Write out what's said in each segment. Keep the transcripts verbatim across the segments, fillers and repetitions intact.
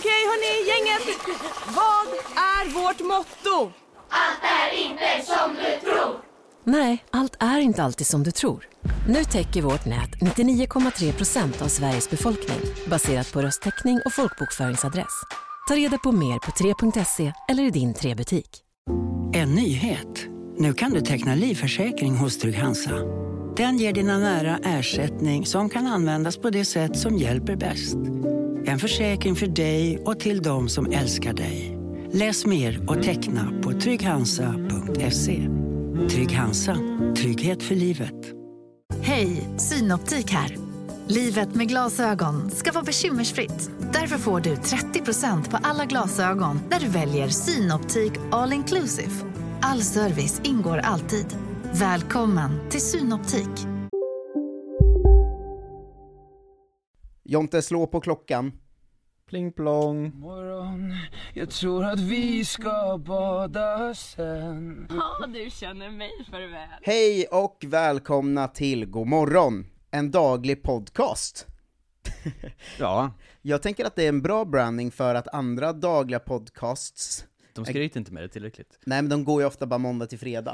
Okej hörni, gänget. Vad är vårt motto? Allt är inte som du tror. Nej, allt är inte alltid som du tror. Nu täcker vårt nät nittionio komma tre procent av Sveriges befolkning baserat på röstteckning och folkbokföringsadress. Ta reda på mer på tre punkt se eller i din tre-butik. En nyhet. Nu kan du teckna livförsäkring hos Trygg-Hansa. Den ger dina nära ersättning som kan användas på det sätt som hjälper bäst. En försäkring för dig och till de som älskar dig. Läs mer och teckna på trygg hansa punkt se. Trygg-Hansa. Trygghet för livet. Hej, Synoptik här. Livet med glasögon ska vara bekymmersfritt. Därför får du trettio procent på alla glasögon när du väljer Synoptik All Inclusive. All service ingår alltid. Välkommen till Synoptik. Jonte, slå på klockan. Pling plong. Morgon, jag tror att vi ska bada sen. Ja, du känner mig för väl. Hej och välkomna till God morgon, en daglig podcast. Ja. Jag tänker att det är en bra branding för att andra dagliga podcasts... De skryter inte med det tillräckligt. Nej, men de går ju ofta bara måndag till fredag.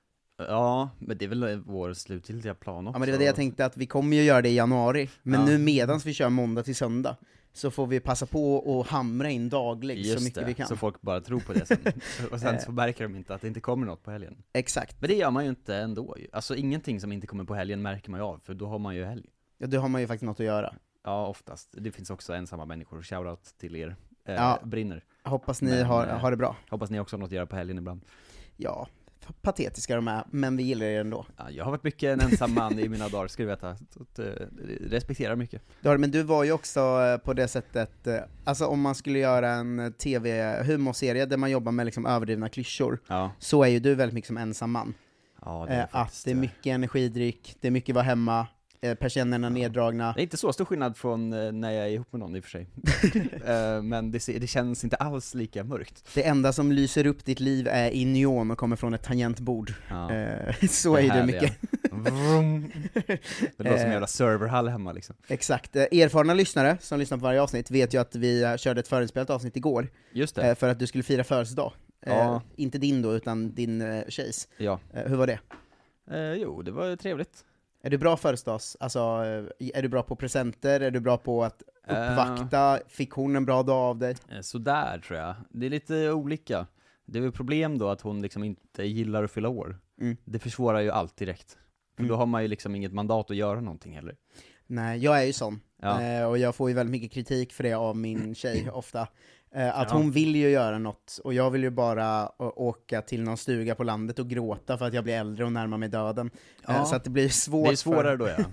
Ja, men det är väl vår slutgiltiga plan också. Ja, men det var det jag tänkte, att vi kommer ju göra det i januari. Men ja. nu medans vi kör måndag till söndag så får vi passa på att hamra in daglig. Just så mycket det, vi kan. Så folk bara tror på det sen. Och sen så märker de inte att det inte kommer något på helgen. Exakt. Men det gör man ju inte ändå. Alltså ingenting som inte kommer på helgen märker man ju av, för då har man ju helg. Ja, då har man ju faktiskt något att göra. Ja, oftast. Det finns också ensamma människor. Shoutout till er. Eh, Ja. Brinner. Hoppas ni Men, har, eh, har det bra. Hoppas ni också har något att göra på helgen ibland. Ja, patetiska de är, men vi gillar det ändå. Ja, jag har varit mycket en ensam man i mina dagar, ska du veta. Så att, eh, respekterar mycket. Du har, men du var ju också eh, på det sättet, eh, alltså om man skulle göra en tv-humorserie där man jobbar med liksom överdrivna klyschor, Ja. så är ju du väldigt mycket som ensam man. Ja, det är Eh, att faktiskt, det är mycket energidryck, det är mycket vara hemma, eh, persiennerna neddragna. Det är inte så stor skillnad från eh, när jag är ihop med någon i och för sig. Eh, men det, se- det känns inte alls lika mörkt. Det enda som lyser upp ditt liv är i neon och kommer från ett tangentbord. Ja. Eh, så är ju det mycket. Vroom. Det låter som en jävla serverhall hemma liksom. Exakt. Eh, erfarna lyssnare som lyssnar på varje avsnitt vet ju att vi eh, körde ett förinspelat avsnitt igår. Just det. Eh, för att du skulle fira födelsedag. Eh, Ja. Inte din då, utan din eh, tjejs. Ja. Eh, hur var det? Eh, jo, det var trevligt. Är du bra födelsedags? Alltså, eh, är du bra på presenter? Är du bra på att uppvakta? Fick hon en bra dag av dig? Eh, sådär tror jag. Det är lite olika. Det är väl problem då att hon liksom inte gillar att fylla år. Mm. Det försvårar ju allt direkt. För Mm. då har man ju liksom inget mandat att göra någonting heller. Nej, jag är ju sån. Ja. Eh, och jag får ju väldigt mycket kritik för det av min tjej ofta. Eh, att Ja. hon vill ju göra något, och jag vill ju bara å- åka till någon stuga på landet och gråta för att jag blir äldre och närmar mig döden. Eh, Ja. så att det blir svårt. Det är svårare för... då, ja.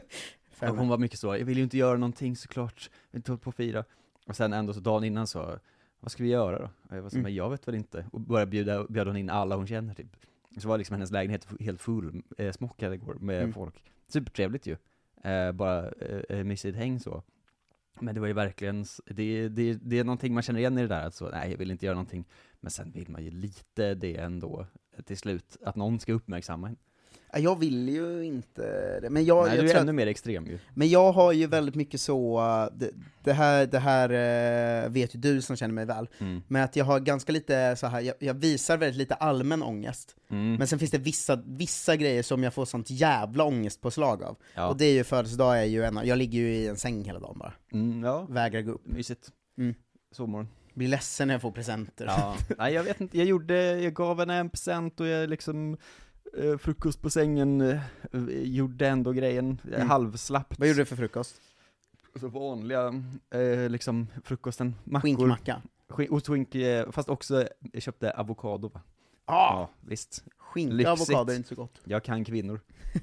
för Och hon var mycket så, jag vill ju inte göra någonting såklart, jag vill inte hålla på och fira. Och sen ändå så dagen innan så, vad ska vi göra då? Och jag var så, Mm. men jag vet väl inte. Och började bjuda, bjöd hon in alla hon känner typ. Så var liksom hennes lägenhet helt full, eh, smockad igår med Mm. folk. Supertrevligt ju. Eh, bara eh, mysigt häng så. Men det var ju verkligen, s- det, det, det är någonting man känner igen i det där, att så, nej jag vill inte göra någonting. Men sen vill man ju lite det ändå till slut, att någon ska uppmärksamma en. Ja, jag vill ju inte det, men jag, Nej, jag du är tror ännu att... mer extrem ju. Men jag har ju väldigt mycket så, uh, det, det här, det här uh, vet ju du som känner mig väl, Mm. men att jag har ganska lite så här, jag, jag visar väldigt lite allmän ångest, Mm. men sen finns det vissa, vissa grejer som jag får sånt jävla ångestpåslag av, Ja. och det är ju födelsedag är ju en, jag ligger ju i en säng hela dagen bara, Mm, ja, vägrar gå upp, mysigt. Mm. Sovmorgon. blir ledsen när jag får presenter. Ja. Nej, jag vet inte, jag gjorde, jag gav henne en present och jag liksom eh, frukost på sängen, eh, gjorde ändå grejen, Mm. halvslappt. Vad gjorde du för frukost? Så vanliga, eh, liksom frukosten, mackor. Skinkmacka? Sk- och skink, eh, fast också, jag köpte avokado va? Ah, Ja, visst. skinka lyxigt. avokado är inte så gott. Jag kan kvinnor.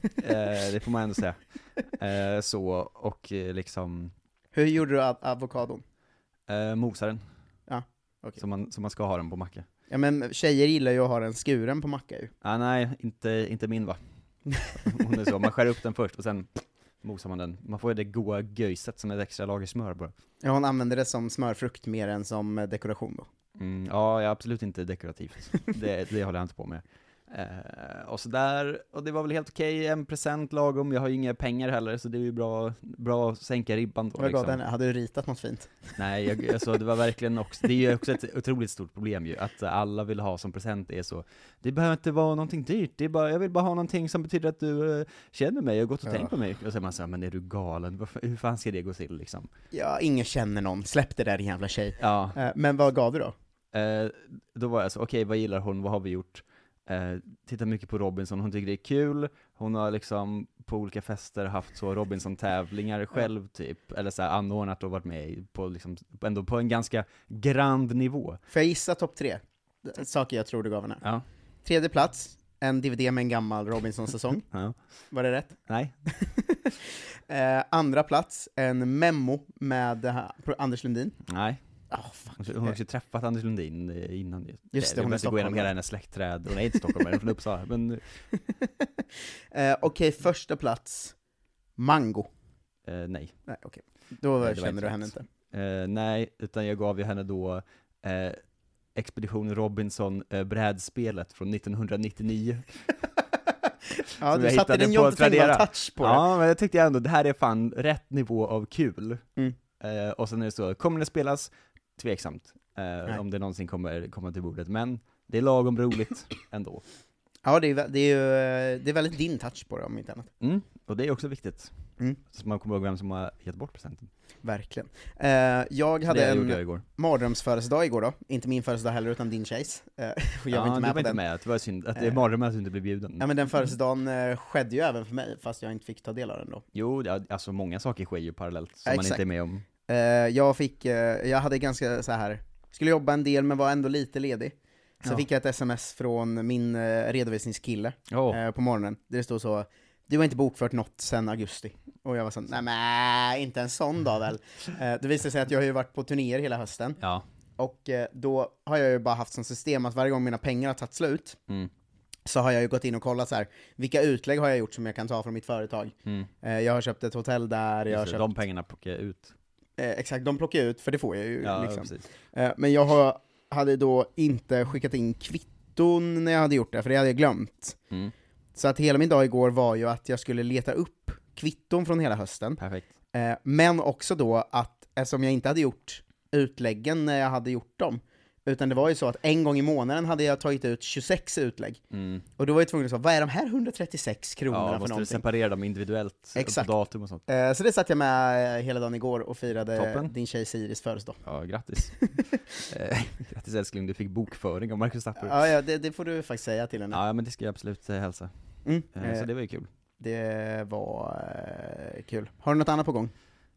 eh, det får man ändå säga. Eh, så, och eh, liksom, Hur gjorde du av- avokadon? eh, mosar den. Ja, okej. Som man, som man ska ha den på macka. Ja, men tjejer gillar ju att ha den skuren på macka ju. Ah, nej, inte, inte min va? Hon är så, man skär upp den först och sen mosar man den. Man får ju det goda göjset som ett extra lager smör bara. Ja, hon använder det som smörfrukt mer än som eh, dekoration då. Mm, ja, jag är absolut inte dekorativt. Det, det håller jag inte på med. Eh, och så där, och det var väl helt okej, en present lagom, jag har ju inga pengar heller, så det är ju bra, bra att sänka ribban då. Vad Liksom. den, hade du ritat något fint? Nej, jag, alltså, det var verkligen också, det är ju också ett otroligt stort problem ju, att alla vill ha som present är så, det behöver inte vara någonting dyrt, det är bara, jag vill bara ha någonting som betyder att du uh, känner mig och gått och ja. tänkt på mig. Och så säger man så här, men är du galen? Hur fan ska det gå till liksom? Ja, ingen känner någon, släpp det där jävla tjej. Ja. Uh, men vad gav du då? Uh, då var jag så, okej, okay, vad gillar hon, vad har vi gjort? Uh, tittar mycket på Robinson, hon tycker det är kul, hon har liksom på olika fester haft så Robinson-tävlingar själv typ, eller så här anordnat och varit med på liksom, ändå på en ganska grand nivå. Får jag gissa topp tre? Saker jag tror du gav henne. Ja. Tredje plats, en D V D med en gammal Robinson-säsong. Ja. Var det rätt? Nej. uh, andra plats, en memo med uh, Anders Lundin. Nej. Oh, fuck. Hon har också träffat Anders Lundin innan. Just det, hon måste gå igenom hela hennes släktträd. Hon är inte Stockholm, men från Uppsala. Men... uh, Okej, okay, första plats. Mango. Uh, nej. Nej, okej. Okay. Då nej, känner du henne inte. Uh, nej, utan jag gav ju henne då uh, Expedition Robinson uh, brädspelet från nittonhundranittionio. Ja, du satte din Jonte Tengvall-touch på det. Ja, men jag tyckte ändå, det här är fan rätt nivå av kul. Mm. Uh, och sen är det så, kommer det spelas? Tveksamt. Uh, om det någonsin kommer komma till bordet. Men det är lagom roligt ändå. Ja, det är, det är ju det är väldigt din touch på det, om inte annat. Mm, och det är också viktigt. Mm. Så man kommer ihåg vem som har gett bort presenten. Verkligen. Uh, jag hade en igår. mardrömsfödelsedag igår då. Inte min födelsedag heller, utan din tjejs. Uh, jag ja, var inte med du var på inte den. med. Det var synd att det är mardröm att du inte blev bjuden. Ja, men den födelsedagen uh, skedde ju även för mig, fast jag inte fick ta del av den då. Jo, alltså många saker sker ju parallellt som ja, man inte är med om. Uh, jag fick, uh, jag hade ganska så här, skulle jobba en del men var ändå lite ledig. Så ja. fick jag ett sms från min uh, redovisningskille oh. uh, på morgonen. Där det stod så, du har inte bokfört något sedan augusti. Och jag var sån, nej men inte en sån dag väl. uh, det visade sig att jag har ju varit på turnéer hela hösten. Ja. Och uh, då har jag ju bara haft som system att varje gång mina pengar har tagit slut mm. så har jag ju gått in och kollat så här, vilka utlägg har jag gjort som jag kan ta från mitt företag. Mm. Uh, jag har köpt ett hotell där. Jag har köpt... De pengarna plockar jag ut. Eh, exakt, de plockar ut, för det får jag ju ja, liksom. eh, Men jag har, hade då inte skickat in kvitton när jag hade gjort det, för det hade jag glömt. Mm. Så att hela min dag igår var ju att jag skulle leta upp kvitton från hela hösten. Perfekt. Eh, men också då att, eftersom jag inte hade gjort utläggen när jag hade gjort dem, utan det var ju så att en gång i månaden hade jag tagit ut tjugosex utlägg. Mm. Och då var jag tvungen att säga, vad är de här hundratrettiosex kronorna ja, för någonting? Ja, måste du separera dem individuellt. Exakt. På datum och sånt. Eh, så det satt jag med hela dagen igår och firade Toppen. din tjej Siris födelsedag. Ja, grattis. eh, grattis älskling, du fick bokföring av Marcus Tapper. Ja, ja det, det får du faktiskt säga till henne. Ja, men det ska jag absolut eh, hälsa. Mm. Eh, så det var ju kul. Det var eh, kul. Har du något annat på gång?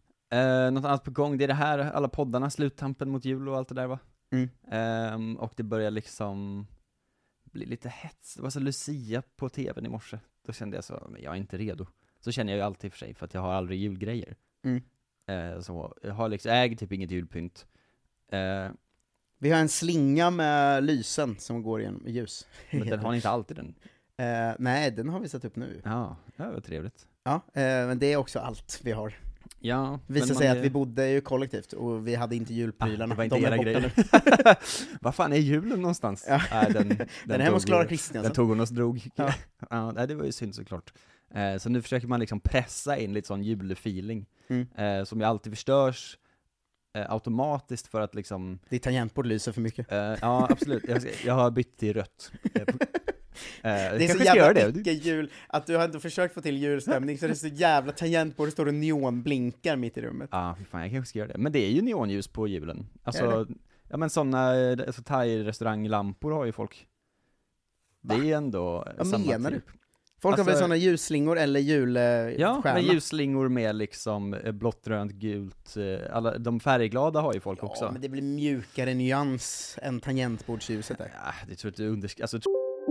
Eh, något annat på gång, det är det här, alla poddarna, sluttampen mot jul och allt det där va? Mm. Um, och det börjar liksom bli lite hets. Det var så Lucia på tvn i morse. Då kände jag så, men jag är inte redo. Så känner jag ju alltid för sig, för att jag har aldrig julgrejer. Mm. Uh, så jag har liksom, äger typ inget julpynt. Uh, Vi har en slinga med lysen som går igenom ljus. Men den har ni inte alltid den? Uh, nej, den har vi satt upp nu. Ja, det var trevligt. Ja, uh, men det är också allt vi har. Ja, visade sig är... att vi bodde ju kollektivt och vi hade inte julprylarna. Ah, det var inte de era grejer. Vad fan är julen någonstans? Ja. Äh, den, den, den här hos Clara Kristiansson. Den tog hon och drog. Ja. Ja, det var ju synd såklart. Eh, så nu försöker man liksom pressa in lite sån julefeeling. Mm. Eh, som ju alltid förstörs eh, automatiskt för att liksom... Ditt tangentbord lyser för mycket. Eh, ja, absolut. Jag, jag har bytt till rött. Eh, det är så jävla mycket jul, att du har ändå försökt få till julstämning så det är så jävla tangentbord, det står och neonblinkar mitt i rummet. Ja, fy fan, jag kanske ska göra det. Men det är ju neonljus på julen. Alltså, ja men sådana alltså, thai-restauranglampor har ju folk. Va? Det är ändå vad samma menar typ. Du? Folk alltså, har väl sådana ljusslingor eller julstjärna? Ja, med ljusslingor med liksom blått, grönt, gult. Alla, de färgglada har ju folk ja, också. Ja, men det blir mjukare nyans än tangentbordsljuset där. Ja, det tror jag att du undersk... Alltså,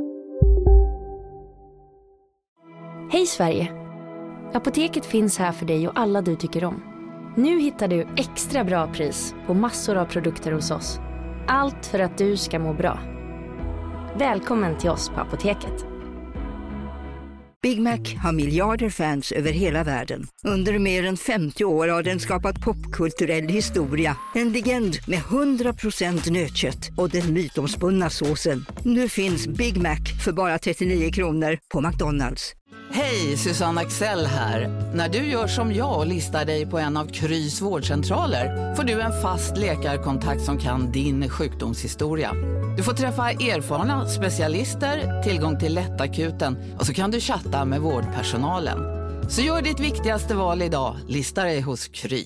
Hej Sverige! Apoteket finns här för dig och alla du tycker om. Nu hittar du extra bra pris på massor av produkter hos oss. Allt för att du ska må bra. Välkommen till oss på Apoteket. Big Mac har miljarder fans över hela världen. Under mer än femtio år har den skapat popkulturell historia. En legend med hundra procent nötkött och den mytomspunna såsen. Nu finns Big Mac för bara trettionio kronor på McDonald's. Hej, Susanne Axel här. När du gör som jag och listar dig på en av Krys vårdcentraler får du en fast läkarkontakt som kan din sjukdomshistoria. Du får träffa erfarna specialister, tillgång till lättakuten och så kan du chatta med vårdpersonalen. Så gör ditt viktigaste val idag, lista dig hos Kry.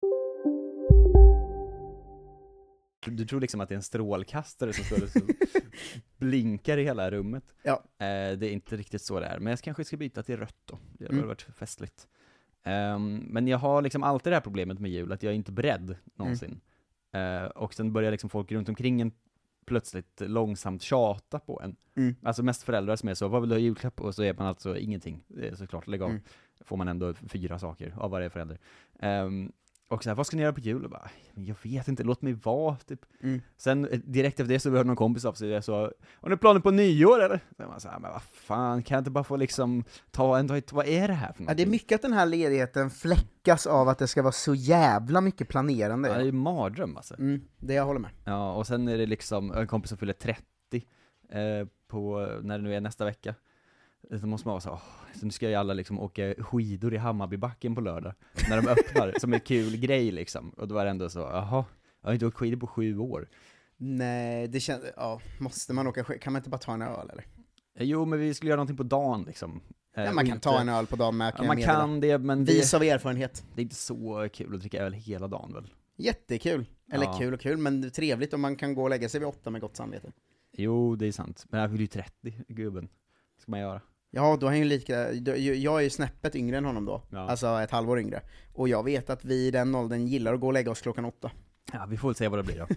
Du tror liksom att det är en strålkastare som står och så blinkar i hela rummet. Ja. Eh, det är inte riktigt så det är. Men jag kanske ska byta till rött då. Det har Mm. varit festligt. Um, men jag har liksom alltid det här problemet med jul, att jag är inte beredd någonsin. Mm. Uh, och sen börjar liksom folk runt omkring en plötsligt långsamt tjata på en. Mm. Alltså mest föräldrar som är så, vad vill du ha i julklapp? Och så är man alltså ingenting. Det är såklart, lägg av. Mm. Får man ändå fyra saker av varje förälder. Um, Och så här, vad ska ni göra på jul? Och bara, jag vet inte, låt mig vara, typ. Mm. Sen direkt efter det så hörde någon kompis av sig, jag så, har ni planer på nyår eller? Så man så här, men vad fan, kan jag inte bara få liksom ta en dag, vad är det här för något? Ja, det är mycket att den här ledigheten fläckas av att det ska vara så jävla mycket planerande. Ja, det är ju mardröm alltså. Mm, det jag håller med. Ja, och sen är det liksom en kompis som fyller trettio eh, på, när det nu är nästa vecka. Så måste man vara så, åh, så nu ska ju alla liksom åka skidor i Hammarbybacken på lördag när de öppnar, som en kul grej liksom. Och då var det ändå så, jaha, jag har inte åkt skidor på sju år. Nej, det känns, ja, måste man åka skidor? Kan man inte bara ta en öl eller? Jo, men vi skulle göra någonting på dagen liksom. Ja, man kan inte, ta en öl på dagen med, ja, man kan det, men vis det, av erfarenhet. Det är inte så kul att dricka öl hela dagen väl? Jättekul, eller ja. kul och kul, men trevligt om man kan gå och lägga sig vid åtta med gott samvete. Jo, det är sant, men jag vill ju trettio, gubben. Vad ska man göra? Ja, då är han ju lika, jag är ju snäppet yngre än honom då, ja. Alltså ett halvår yngre. Och jag vet att vi i den åldern gillar att gå och lägga oss klockan åtta. Ja, vi får väl se vad det blir då.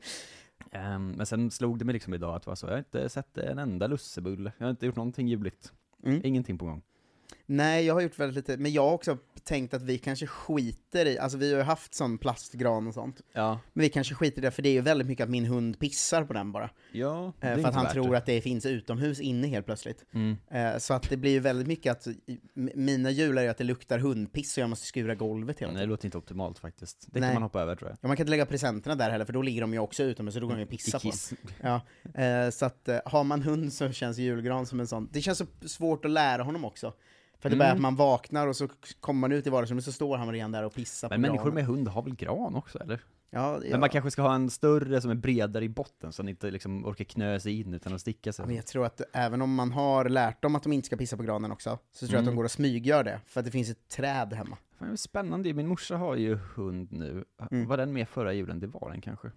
um, men sen slog det mig liksom idag att var så, jag har inte sett en enda lussebulle. Jag har inte gjort någonting juligt. Mm. Ingenting på gång. Nej, jag har gjort väldigt lite, men jag har också tänkt att vi kanske skiter i, alltså vi har ju haft sån plastgran och sånt. Ja. Men vi kanske skiter i det, för det är ju väldigt mycket att min hund pissar på den bara. Ja, eh, för att han tror det. att det finns utomhus inne helt plötsligt. Mm. Eh, så att det blir ju väldigt mycket att, mina jul är ju att det luktar hundpiss och jag måste skura golvet hela tiden. Nej, det låter inte optimalt faktiskt. Det Nej. kan man hoppa över tror jag. Ja, man kan inte lägga presenterna där heller, för då ligger de ju också utomhus, så då går de ju pissa på dem. Ja, eh, så att eh, har man hund så känns julgran som en sån. Det känns så svårt att lära honom också. För det börjar mm. att man vaknar och så kommer man ut i vardagsrummet så står han redan där och pissar men på människor granen. med hund har väl gran också, eller? Ja, ja. Men man kanske ska ha en större som är bredare i botten så att inte liksom orkar knö sig in utan att sticka sig. Men jag tror att även om man har lärt dem att de inte ska pissa på granen också, så tror jag mm. att de går och smyggör det. För att det finns ett träd hemma. Fan, det är spännande. Min morsa har ju hund nu. Mm. Var den med förra julen? Det var den kanske.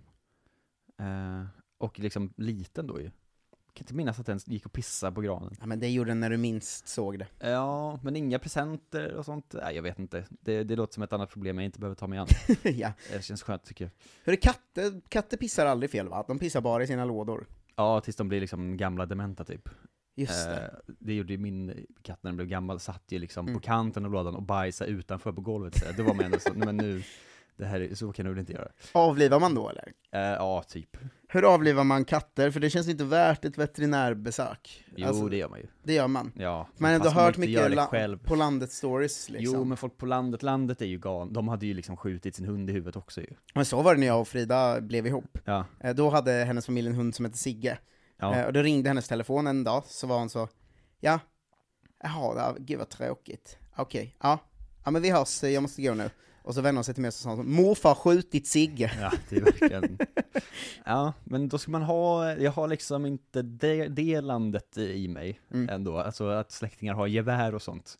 Uh, och liksom liten då ju. Jag kan inte minnas att den gick och pissade på granen. Ja, men det gjorde den när du minst såg det. Ja, men inga presenter och sånt. Nej, jag vet inte. Det, det låter som ett annat problem jag inte behöver ta mig an. Ja. Det känns skönt tycker jag. Hur är katter? Katter pissar aldrig fel, va? De pissar bara i sina lådor. Ja, tills de blir liksom gamla dementa typ. Just det. Eh, det gjorde ju min katt när den blev gammal. Satt ju liksom mm. på kanten av lådan och bajsade utanför på golvet. Så det var man ändå så, men nu... Det här, så kan du väl inte göra. Avlivar man då, eller? Uh, ja, typ. Hur avlivar man katter? För det känns inte värt ett veterinärbesök. Jo, alltså, det gör man ju. Det gör man. Ja, man har ändå hört mycket la- själv. på landet stories. Liksom. Jo, men folk på landet, landet är ju gal. De hade ju liksom skjutit sin hund i huvudet också ju. Men så var det när jag och Frida blev ihop. Ja. Då hade hennes familj en hund som hette Sigge. Ja. Och då ringde hennes telefon en dag, så var hon så, ja, jaha, gud vad tråkigt. Okej, okay. ja. Ja, men vi hörs, jag måste gå nu. Och så vände hon sig till mig och sa, morfar skjutit Sigge. Ja, det är verkligen. Ja, men då ska man ha, jag har liksom inte det, det landet i mig mm. ändå. Alltså att släktingar har gevär och sånt.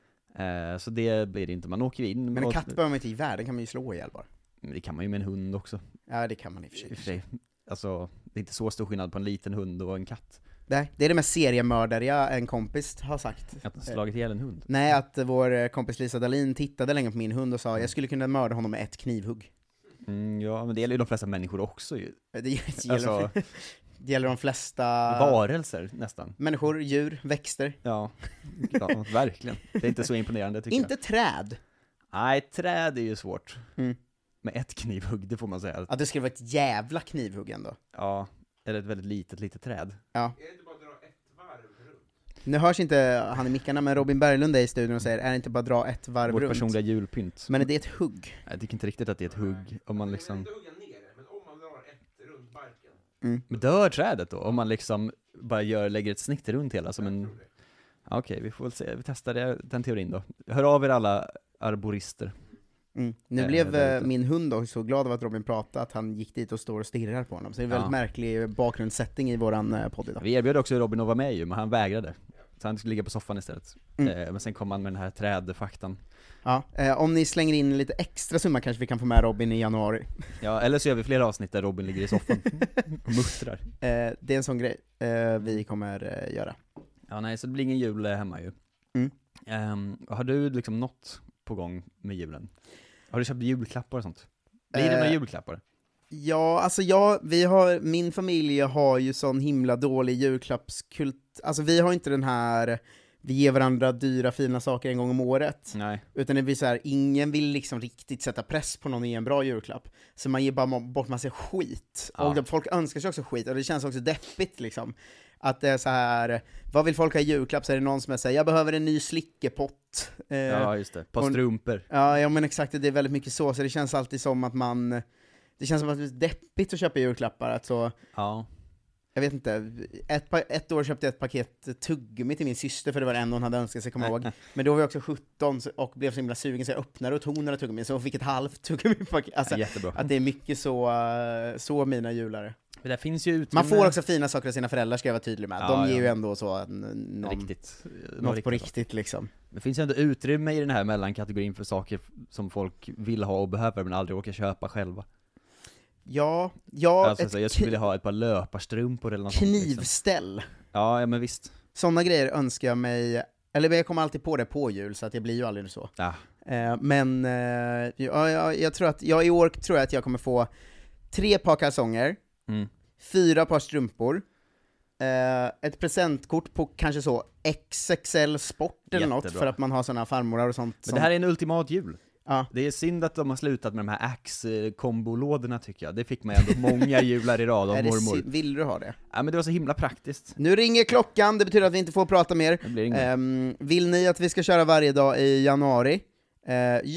Eh, så det blir det inte, man åker in. Men en katt behöver man inte gevär, den kan man ju slå ihjäl bara. Det kan man ju med en hund också. Ja, det kan man i och för sig. I och för sig. Alltså, det är inte så stor skillnad på en liten hund och en katt. Nej, det är det mest seriemördariga en kompis har sagt. Att han slagit ihjäl en hund? Nej, att vår kompis Lisa Dahlin tittade länge på min hund och sa jag skulle kunna mörda honom med ett knivhugg. Mm, ja, men det gäller ju de flesta människor också ju. Det gäller, alltså, det gäller de flesta... Varelser, nästan. Människor, djur, växter. Ja, ja verkligen. Det är inte så imponerande tycker inte jag. Inte träd. Nej, träd är ju svårt. Mm. Med ett knivhugg, det får man säga. Ja, det skulle vara ett jävla knivhugg ändå. Ja, eller ett väldigt litet, litet träd. Ja. Är det inte bara att dra ett varv runt? Nu hörs inte han i mickarna, men Robin Berglund är i studion och säger, är det inte bara dra ett varv Vårt runt? personliga julpynt. Men är det ett hugg? Jag tycker inte riktigt att det är ett hugg. Om man liksom... Mm. Men dör trädet då? Om man liksom bara gör, lägger ett snitt runt hela som en... Okej, okay, vi får väl se. Vi testar det, den teorin då. Hör av er alla arborister. Mm. Nu äh, blev äh, min hund då så glad av att Robin pratade att han gick dit och står och stirrar på honom. Så det är en väldigt ja. märklig bakgrundssättning i våran äh, podd idag. Vi erbjöd också Robin att vara med ju, men han vägrade. Så han skulle ligga på soffan istället. Mm. Eh, men sen kom han med den här trädfaktan. Ja, eh, om ni slänger in lite extra summa kanske vi kan få med Robin i januari. Ja, eller så gör vi flera avsnitt där Robin ligger i soffan och muttrar. Eh, det är en sån grej eh, vi kommer eh, göra. Ja, nej, så det blir ingen jul hemma ju. Mm. Um, har du liksom något på gång med julen? Har du köpt julklappar och sånt? Blir det Eh, några julklappar? Ja, alltså jag, vi har, min familj har ju sån himla dålig julklappskult. Alltså vi har inte den här, vi ger varandra dyra fina saker en gång om året. Nej. Utan det blir så här, ingen vill liksom riktigt sätta press på någon i en bra julklapp. Så man ger bara bort massa skit. Ja. Och folk önskar sig också skit, och det känns också deppigt liksom. Att det är så här, vad vill folk ha i julklapp? Så är det någon som är säger, jag behöver en ny slickepott. Eh, Ja, just det. På och- strumpor. Ja, ja, men exakt, det är väldigt mycket så, så det känns alltid som att man, det känns som att det är deppigt att köpa julklappar, att så, Ja. jag vet inte, ett, pa- ett år köpte jag ett paket tuggummi till min syster, för det var det enda hon hade önskat sig, komma ihåg. Men då var jag också sjutton så- och blev så himla sugen, så jag öppnade och tog några tuggummi, så hon fick ett halvt tuggummi-paket. Alltså, Ja, jättebra. att det är mycket så, eh, så mina julare. Men där finns ju utrymme. Man får också fina saker av sina föräldrar, ska jag vara tydlig med. Ja, De ger ja. ju ändå så n- någon, Riktigt. något på riktigt liksom. Det finns ju ändå utrymme i den här mellankategorin för saker som folk vill ha och behöver men aldrig åker köpa själva. Ja, ja, Alltså, ett så jag skulle kni- vilja ha ett par löparstrumpor eller något sånt, liksom. knivställ. Ja, ja, men visst. Sådana grejer önskar jag mig, eller jag kommer alltid på det på jul, så att jag blir ju aldrig så. Ja. Eh, men eh, ja, ja, jag tror att, ja, i år tror jag att jag kommer få tre par kalsonger, Mm. fyra par strumpor, eh, ett presentkort på kanske så X X L Sport eller något, Jättebra. för att man har såna farmorar och sånt. Men som, det här är en ultimat jul. ja. Det är synd att de har slutat med de här Axe-kombolådorna tycker jag. Det fick man ändå många jular i rad av Är det mormor. sy- vill du ha det? Ja, men det var så himla praktiskt. Nu ringer klockan, det betyder att vi inte får prata mer. Det blir inget. Ehm, vill ni att vi ska köra varje dag i januari? Eh,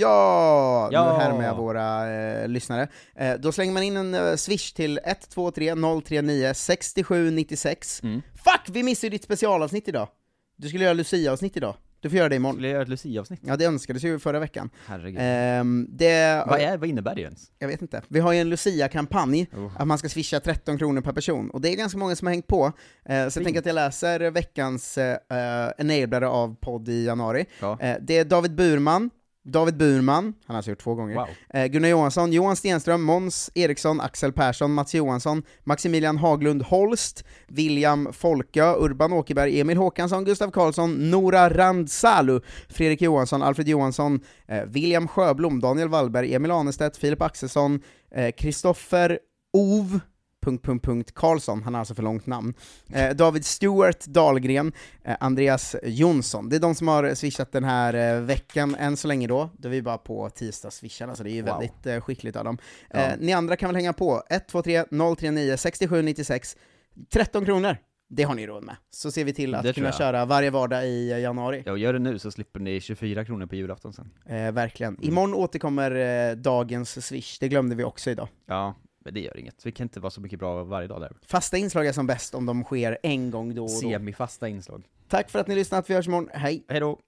ja! Ja! Nu härmar jag våra eh, lyssnare. Eh, då slänger man in en eh, swish till ett två tre noll tre nio sex sju nio sex. Mm. Fuck, vi missade ju ditt specialavsnitt idag! Du skulle göra Lucia-avsnitt idag. Du får göra det imorgon. Skulle jag göra ett Lucia-avsnitt? Ja, det önskades ju förra veckan. Herregud. Ehm, det, Vad, är, vad innebär det ens? jag vet inte. Vi har ju en Lucia-kampanj, Oh. att man ska swisha tretton kronor per person, och det är ganska många som har hängt på. Eh, så jag Fint. tänker att jag läser veckans eh, enablare av podd i januari. Ja. Eh, det är David Burman, David Burman, han har alltså gjort två gånger, Wow. eh, Gunnar Johansson, Johan Stenström, Måns Eriksson, Axel Persson, Mats Johansson, Maximilian Haglund Holst, William Folkö, Urban Åkerberg, Emil Håkansson, Gustav Karlsson, Nora Randsalu, Fredrik Johansson, Alfred Johansson, eh, William Sjöblom, Daniel Wallberg, Emil Anestedt, Filip Axelsson, Kristoffer Ov, punkt, punkt, punkt, Karlsson, han har alltså för långt namn, eh, David Stewart Dahlgren, eh, Andreas Jonsson. Det är de som har swishat den här eh, veckan än så länge då. Då är vi bara på tisdag swisharna, så det är ju Wow. väldigt eh, skickligt av dem. Ja. Eh, ni andra kan väl hänga på, ett två tre noll tre nio sex sju nio sex, tretton kronor. Det har ni råd med. Så ser vi till att Det tror kunna jag. köra varje vardag i eh, januari. Ja, och gör det nu så slipper ni tjugofyra kronor på julafton sen. Eh, verkligen. Imorgon återkommer eh, dagens swish, det glömde vi också idag. Ja, men det gör inget. Vi kan inte vara så mycket bra varje dag där. Fasta inslag är som bäst om de sker en gång då och då. Semifasta inslag. Tack för att ni lyssnat, vi hörs imorgon, hej! Hej då!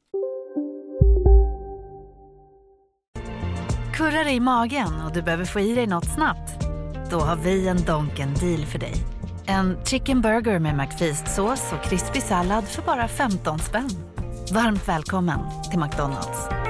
Kurrar i magen och du behöver få i dig något snabbt? Då har vi en Donken deal för dig. En chicken burger med McFeast-sås och krispig sallad för bara femton spänn. Varmt välkommen till McDonalds.